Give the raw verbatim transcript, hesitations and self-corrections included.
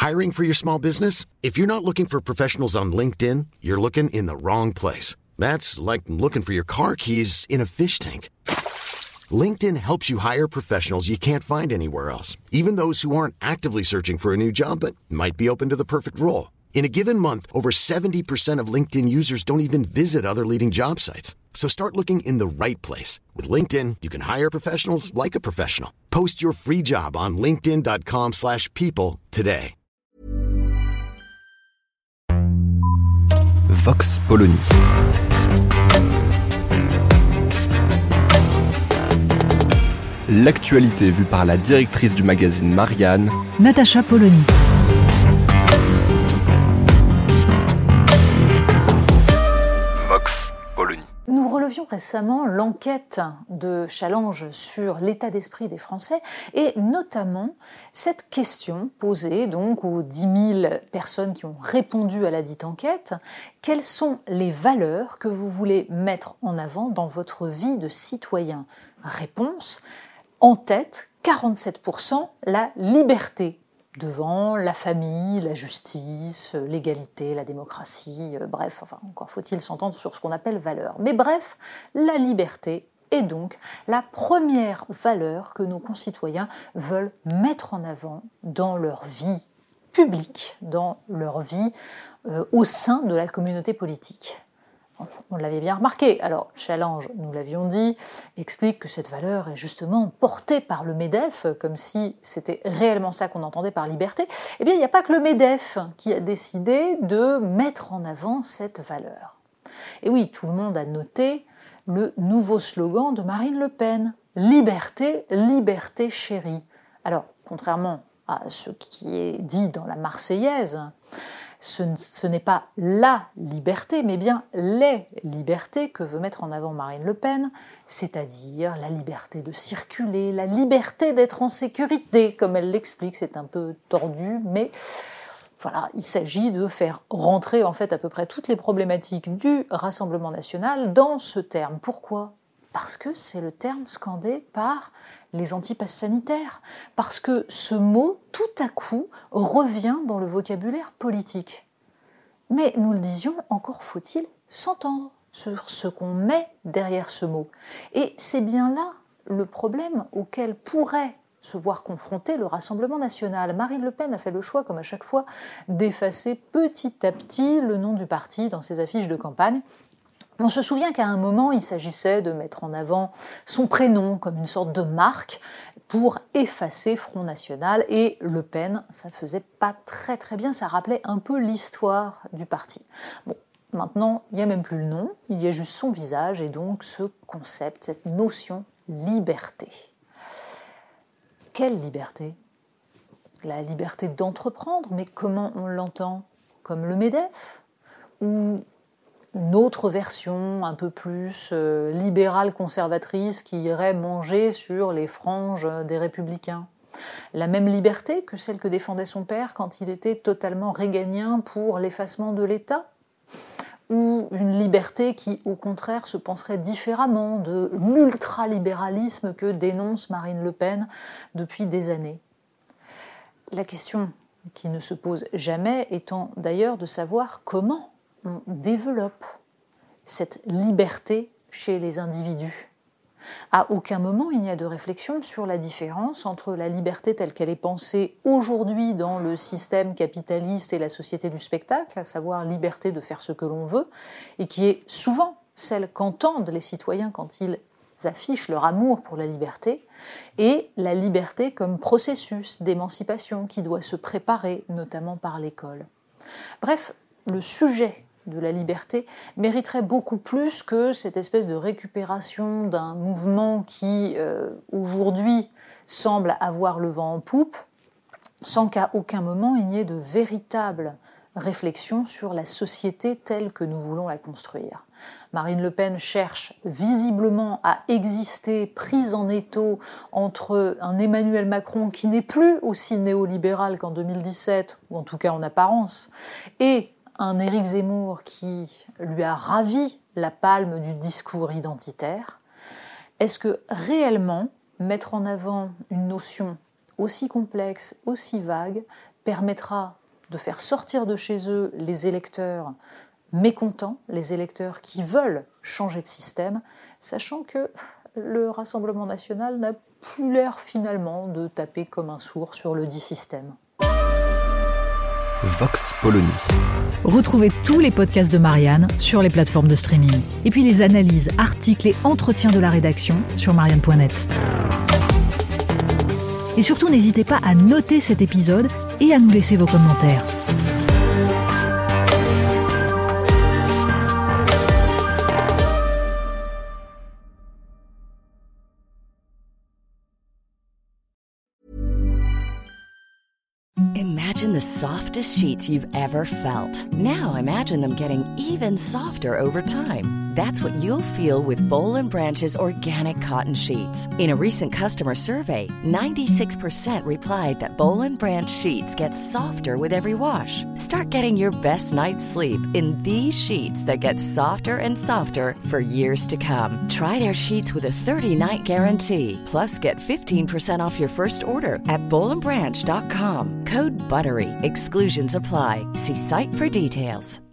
Hiring for your small business? If you're not looking for professionals on LinkedIn, you're looking in the wrong place. That's like looking for your car keys in a fish tank. LinkedIn helps you hire professionals you can't find anywhere else, even those who aren't actively searching for a new job but might be open to the perfect role. In a given month, over seventy percent of LinkedIn users don't even visit other leading job sites. So start looking in the right place. With LinkedIn, you can hire professionals like a professional. Post your free job on linkedin dot com slash people today. Vox Polony. L'actualité vue par la directrice du magazine Marianne, Natacha Polony. Vox Polony. Nous relevions récemment l'enquête de Challenge sur l'état d'esprit des Français et notamment cette question posée donc aux dix mille personnes qui ont répondu à la dite enquête. Quelles sont les valeurs que vous voulez mettre en avant dans votre vie de citoyen ? Réponse, en tête, quarante-sept pour cent, la liberté. Devant la famille, la justice, l'égalité, la démocratie, euh, bref, enfin, encore faut-il s'entendre sur ce qu'on appelle valeur. Mais bref, la liberté est donc la première valeur que nos concitoyens veulent mettre en avant dans leur vie publique, dans leur vie euh, au sein de la communauté politique. On l'avait bien remarqué. Alors, Challenge, nous l'avions dit, explique que cette valeur est justement portée par le MEDEF, comme si c'était réellement ça qu'on entendait par liberté. Eh bien, il n'y a pas que le MEDEF qui a décidé de mettre en avant cette valeur. Et oui, tout le monde a noté le nouveau slogan de Marine Le Pen, « Liberté, liberté chérie ». Alors, contrairement à ce qui est dit dans la Marseillaise, Ce, ce n'est pas la liberté, mais bien les libertés que veut mettre en avant Marine Le Pen, c'est-à-dire la liberté de circuler, la liberté d'être en sécurité, comme elle l'explique, c'est un peu tordu, mais voilà, il s'agit de faire rentrer en fait à peu près toutes les problématiques du Rassemblement national dans ce terme. Pourquoi ? Parce que c'est le terme scandé par les antipasses sanitaires, parce que ce mot, tout à coup, revient dans le vocabulaire politique. Mais nous le disions, encore faut-il s'entendre sur ce qu'on met derrière ce mot. Et c'est bien là le problème auquel pourrait se voir confronté le Rassemblement national. Marine Le Pen a fait le choix, comme à chaque fois, d'effacer petit à petit le nom du parti dans ses affiches de campagne. On se souvient qu'à un moment, il s'agissait de mettre en avant son prénom comme une sorte de marque pour effacer Front National et Le Pen. Ça ne faisait pas très très bien, ça rappelait un peu l'histoire du parti. Bon, maintenant, il n'y a même plus le nom, il y a juste son visage et donc ce concept, cette notion liberté. Quelle liberté ? La liberté d'entreprendre, mais comment on l'entend ? Comme le MEDEF ? Ou une autre version un peu plus euh, libérale conservatrice qui irait manger sur les franges des Républicains. La même liberté que celle que défendait son père quand il était totalement réganien pour l'effacement de l'État, ou une liberté qui, au contraire, se penserait différemment de l'ultralibéralisme que dénonce Marine Le Pen depuis des années. La question qui ne se pose jamais étant d'ailleurs de savoir comment on développe cette liberté chez les individus. À aucun moment il n'y a de réflexion sur la différence entre la liberté telle qu'elle est pensée aujourd'hui dans le système capitaliste et la société du spectacle, à savoir liberté de faire ce que l'on veut, et qui est souvent celle qu'entendent les citoyens quand ils affichent leur amour pour la liberté, et la liberté comme processus d'émancipation qui doit se préparer, notamment par l'école. Bref, le sujet de la liberté mériterait beaucoup plus que cette espèce de récupération d'un mouvement qui, euh, aujourd'hui, semble avoir le vent en poupe, sans qu'à aucun moment il n'y ait de véritable réflexion sur la société telle que nous voulons la construire. Marine Le Pen cherche visiblement à exister prise en étau entre un Emmanuel Macron qui n'est plus aussi néolibéral qu'en deux mille dix-sept, ou en tout cas en apparence, et un Éric Zemmour qui lui a ravi la palme du discours identitaire. Est-ce que réellement mettre en avant une notion aussi complexe, aussi vague, permettra de faire sortir de chez eux les électeurs mécontents, les électeurs qui veulent changer de système, sachant que le Rassemblement national n'a plus l'air finalement de taper comme un sourd sur le dit système. Vox Polony. Retrouvez tous les podcasts de Marianne sur les plateformes de streaming. Et puis les analyses, articles et entretiens de la rédaction sur marianne point net. Et surtout, n'hésitez pas à noter cet épisode et à nous laisser vos commentaires. Imagine the softest sheets you've ever felt. Now imagine them getting even softer over time. That's what you'll feel with Boll and Branch's organic cotton sheets. In a recent customer survey, ninety-six percent replied that Boll and Branch sheets get softer with every wash. Start getting your best night's sleep in these sheets that get softer and softer for years to come. Try their sheets with a thirty-night guarantee. Plus, get fifteen percent off your first order at boll and branch dot com. Code BUTTERY. Exclusions apply. See site for details.